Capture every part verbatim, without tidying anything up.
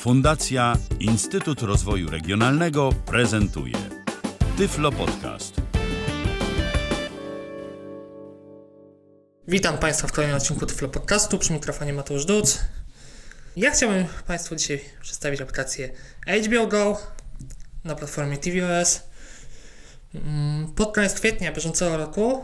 Fundacja Instytut Rozwoju Regionalnego prezentuje Tyflo Podcast. Witam Państwa w kolejnym odcinku Tyflo Podcastu, przy mikrofonie Mateusz Duc. Ja chciałbym Państwu dzisiaj przedstawić aplikację H B O Go na platformie tvOS. Pod koniec kwietnia bieżącego roku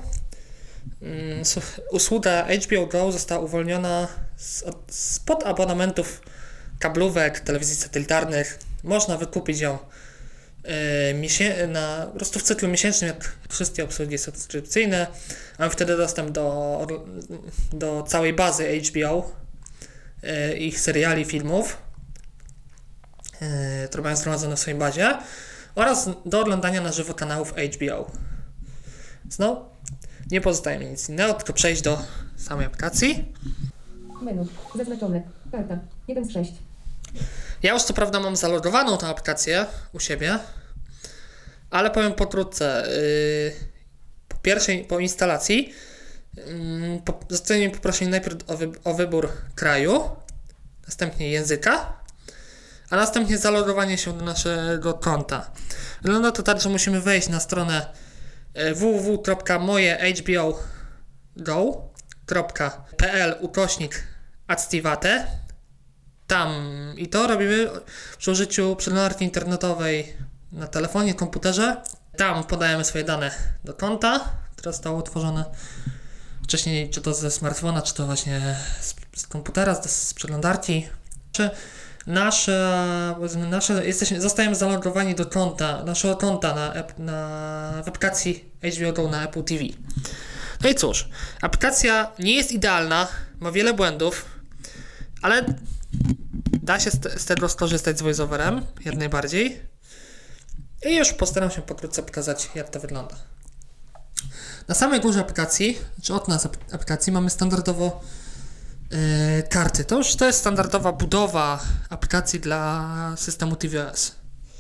usługa H B O Go została uwolniona spod abonamentów kablówek, telewizji satelitarnych. Można wykupić ją yy, na, po prostu w cyklu miesięcznym, jak wszystkie obsługi subskrypcyjne. Mamy wtedy dostęp do, do całej bazy H B O, yy, ich seriali, filmów, yy, które mają zgromadzone w swojej bazie, oraz do oglądania na żywo kanałów H B O. No, nie pozostaje mi nic innego, tylko przejść do samej aplikacji. Menu, zaznaczone, karta, jeden z sześciu. Ja już co prawda mam zalogowaną tę aplikację u siebie, ale powiem pokrótce. Yy, po pierwszej, po instalacji yy, po, zostaniemy poproszeni najpierw o, wy, o wybór kraju, następnie języka, a następnie zalogowanie się do naszego konta. Wygląda to tak, że musimy wejść na stronę w w w kropka moje h b o go kropka p l ukośnik activate. Tam i to robimy przy użyciu przeglądarki internetowej na telefonie, komputerze. Tam podajemy swoje dane do konta, które zostało utworzone wcześniej, czy to ze smartfona, czy to właśnie z, z komputera, z, z przeglądarki. Czy nasze, nasze jesteśmy, zostajemy zalogowani do konta, naszego konta na, na, w aplikacji H B O Go na Apple T V. No i cóż, aplikacja nie jest idealna, ma wiele błędów, ale da się z, z tego skorzystać z VoiceOverem, jak najbardziej. I już postaram się pokrótce pokazać, jak to wygląda. Na samej górze aplikacji, czy od nas aplikacji, mamy standardowo yy, karty. To już to jest standardowa budowa aplikacji dla systemu tvOS.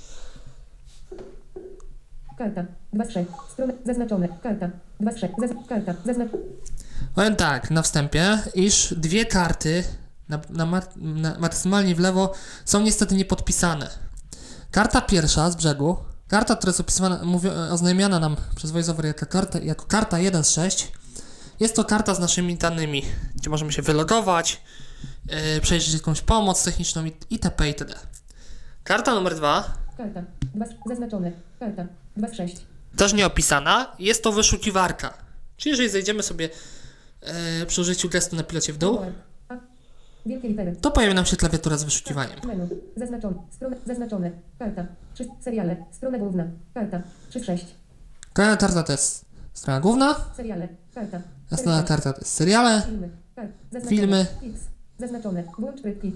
Karta, dwa z sześciu, strona zaznaczone, karta, dwa z sześciu, zaz- karta, zaznaczone. Powiem tak, na wstępie, iż dwie karty na, na, mat, na maksymalnie w lewo są niestety niepodpisane. Karta pierwsza z brzegu, karta, która jest opisywana, mówi, oznajmiana nam przez VoiceOver jako karta, jako karta jeden z sześciu, jest to karta z naszymi danymi, gdzie możemy się wylogować, yy, przejrzeć jakąś pomoc techniczną itp. itd. Karta numer dwa, Karta, dwa, zaznaczone, karta, dwa z sześciu. też nieopisana, jest to wyszukiwarka. Czyli jeżeli zejdziemy sobie yy, przy użyciu gestu na pilocie w dół, A, wielkie litery. to pojawi nam się klawiatura z wyszukiwaniem. Menu, zaznaczone, strona, zaznaczone, karta, trzy, seriale, strona główna, karta, trzy z sześciu. Kolejna karta to jest strona główna, Seriale, karta, następna karta to jest seriale, filmy, kart, zaznaczone, filmy. X, zaznaczone, włącz tryb X.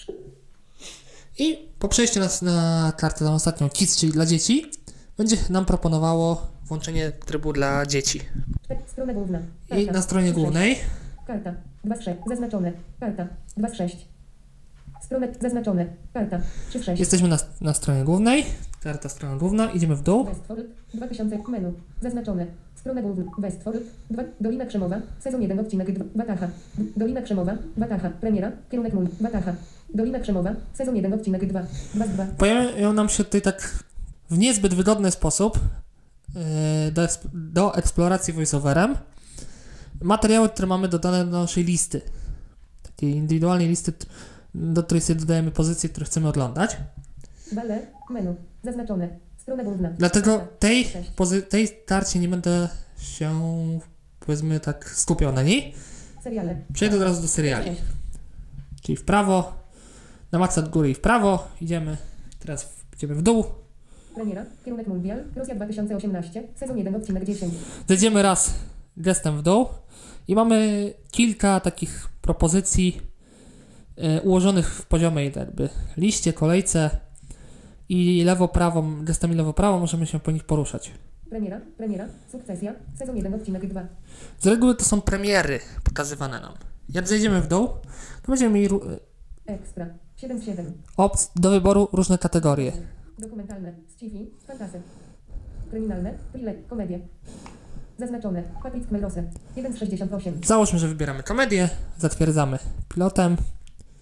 I po przejściu na, na kartę tą ostatnią Kids, czyli dla dzieci, będzie nam proponowało włączenie trybu dla dzieci. Strona główna, I karta, na stronie trzy z sześciu. głównej Karta, dwa z sześciu, zaznaczone, karta, dwa z sześciu. Strona, zaznaczone, karta, trzy z sześciu. jesteśmy na, na stronie głównej, karta strona główna, idziemy w dół. Westfold, dwa tysiące, menu, zaznaczone, strona główna, Westfold, dwa, Dolina Krzemowa, sezon jeden, odcinek dwa, Wataha, Dolina Krzemowa, Wataha, premiera, kierunek mój, Wataha, Dolina Krzemowa, sezon jeden, odcinek dwa, dwa z dwa. Pojawiają nam się tutaj tak w niezbyt wygodny sposób yy, do, eksp- do eksploracji voiceoverem materiały, które mamy dodane do naszej listy. Takiej indywidualnej listy, t- do której sobie dodajemy pozycje, które chcemy oglądać. Bale, menu, zaznaczone, strona główna. Dlatego karta, tej, sześć. pozy- tej karcie nie będę się, powiedzmy tak, skupiał na niej. Seriale. Przejdę od razu do seriali. sześć. Czyli w prawo, na maksa od góry i w prawo. Idziemy, teraz w, idziemy w dół. Premiera, kierunek mundial, Rosja dwa tysiące osiemnaście, sezon jeden, odcinek dziesięć. Zejdziemy raz gestem w dół i mamy kilka takich propozycji y, ułożonych w poziomej jakby liście, kolejce i lewo-prawo, gestami lewo-prawo możemy się po nich poruszać. Premiera, premiera, sukcesja, sezon jeden, odcinek dwa. Z reguły to są premiery pokazywane nam. Jak zejdziemy w dół, to będziemy mieli ru- Ekstra, siedem z siedmiu. opcji do wyboru różne kategorie. Dokumentalne, sci-fi, fantasy. Kryminalne, thriller, komedie. Zaznaczone, Patrick Melrose, jeden z sześćdziesiąt osiem. Załóżmy, że wybieramy komedię, zatwierdzamy pilotem.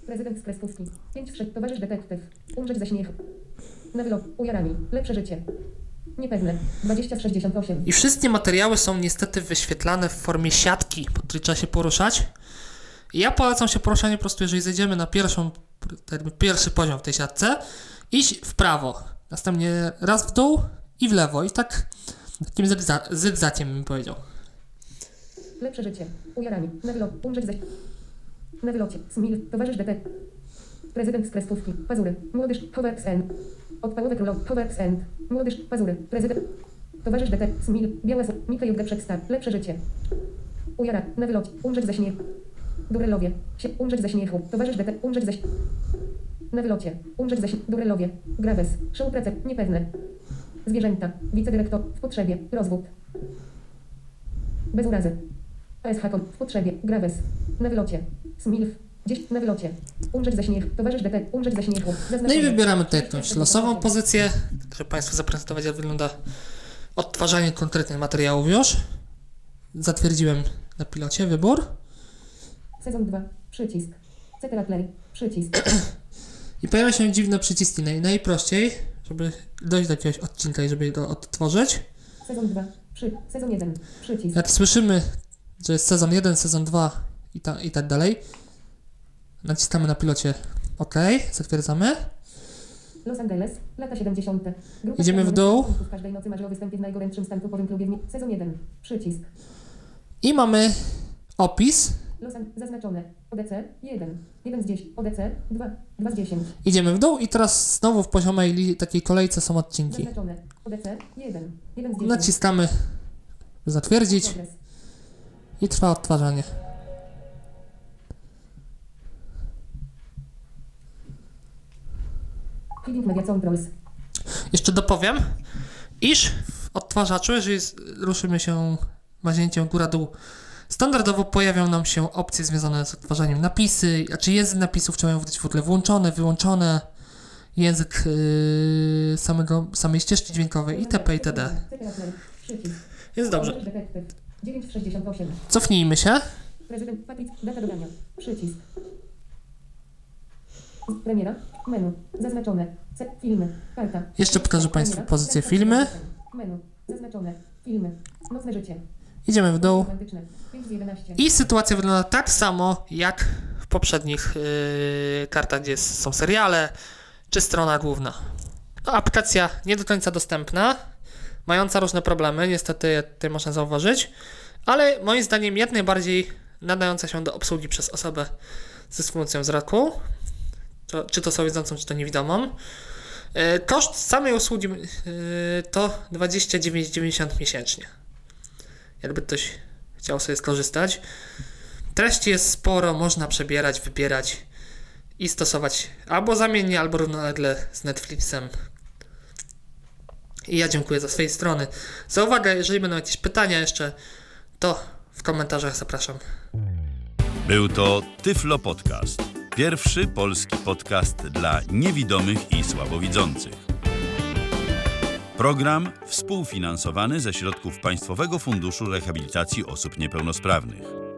Prezydent z kreskówki. pięć wszedł. Towarzysz detektyw. Umrzeć ze śmiechu. Na wylot. Ujarami. Lepsze życie. Niepewne. dwadzieścia sześćdziesiąt osiem. I wszystkie materiały są niestety wyświetlane w formie siatki, po której trzeba się poruszać. I ja polecam się poruszanie po prostu, jeżeli zejdziemy na pierwszą, ten pierwszy poziom w tej siatce, iść w prawo, następnie raz w dół i w lewo. I tak takim zygza- zygzaciem bym powiedział. Lepsze życie. Ujarami. Na wylot. Umrzeć ze... Na wylocie. Smil. Towarzysz detektyw. Prezydent z kreskówki. Pazury. Młodyż. Hogwarts End. Odpałowe królow. Hogwarts End. Młodyż. Pazury. Prezydent. Towarzysz detektyw. Smil. Białe słowo. Mikro przedstaw. Lepsze życie. Ujara. Na wylocie. Umrzeć ze śmiechu. Durelowie. Sie. Umrzeć ze śmiechu. Towarzysz detektyw. Umrzeć ze śmiechu. Na wylocie. Umrzeć ze śmiechu. Durelowie. Graves. Show prace. Niepewne. Zwierzęta. Wicedyrektor. W potrzebie. Rozwód. Bez urazy. A S Hakon. W potrzebie. Graves. Na wylocie. Smilf. Gdzieś na wylocie. Umrzeć ze śmiechu. Towarzysz detektyw. Umrzeć ze śmiechu. No i Zaznaczone. wybieramy tutaj jakąś losową pozycję, żeby Państwu zaprezentować, jak wygląda odtwarzanie konkretnych materiałów już. Zatwierdziłem na pilocie wybór. Sezon dwa. Przycisk. Cetera play. Przycisk. I pojawia się dziwne przyciski. Naj, najprościej, żeby dojść do jakiegoś odcinka i żeby go odtworzyć. Sezon dwa. Przy. Sezon jeden. Przycisk. Jak słyszymy, że jest sezon jeden, sezon dwa i, ta, i tak dalej, naciskamy na pilocie OK, zatwierdzamy. Los Angeles. Lata siedemdziesiąte. Grupa Idziemy w światła dół. uczestników każdej nocy marzy o występie w najgorętszym stand-upowym klubie w Nie- Sezon jeden. Przycisk. I mamy opis. Los An- zaznaczone. O D C jeden. jeden z dziesięciu. O D C dwa. dwa z dziesięciu. Idziemy w dół i teraz znowu w poziomej li- takiej kolejce są odcinki. Zaznaczone. O D C jeden. jeden z dziesięciu. Naciskamy zatwierdzić Progres. i trwa odtwarzanie. Feeding Media Controls. Jeszcze dopowiem, iż w odtwarzaczu, jeżeli z- ruszymy się maźnięciem góra-dół, standardowo pojawią nam się opcje związane z odtwarzaniem napisy, znaczy język napisów trzeba być w ogóle włączone, wyłączone, język yy, samego, samej ścieżki dźwiękowej itp. itd. Cetera play. Przycisk. Jest dobrze. Towarzysz detektyw. dziewięć sześćdziesiąt osiem. Cofnijmy się. Prezydent Patrick. Data dodania. Przycisk. Premiera. Menu. Zaznaczone. C. Filmy. Karta. Jeszcze pokażę Państwu Premiera. pozycję Karta. filmy. Menu. Zaznaczone. Filmy. Nocne życie. Idziemy w dół. Romantyczne. pięć z jedenastu. I sytuacja wygląda tak samo jak w poprzednich yy, kartach, gdzie są seriale, czy strona główna. No, aplikacja nie do końca dostępna, mająca różne problemy, niestety tutaj można zauważyć, ale moim zdaniem jak najbardziej nadająca się do obsługi przez osobę z dysfunkcją wzroku, to, czy to słabowidzącą, czy to niewidomą. Yy, koszt samej usługi yy, to dwadzieścia dziewięć dziewięćdziesiąt miesięcznie. Jakby ktoś chciał sobie skorzystać. Treści jest sporo, można przebierać, wybierać i stosować albo zamiennie, albo równolegle z Netflixem. I ja dziękuję za swojej strony za uwagę. Jeżeli będą jakieś pytania jeszcze, to w komentarzach zapraszam. Był to Tyflo Podcast. Pierwszy polski podcast dla niewidomych i słabowidzących. Program współfinansowany ze środków Państwowego Funduszu Rehabilitacji Osób Niepełnosprawnych.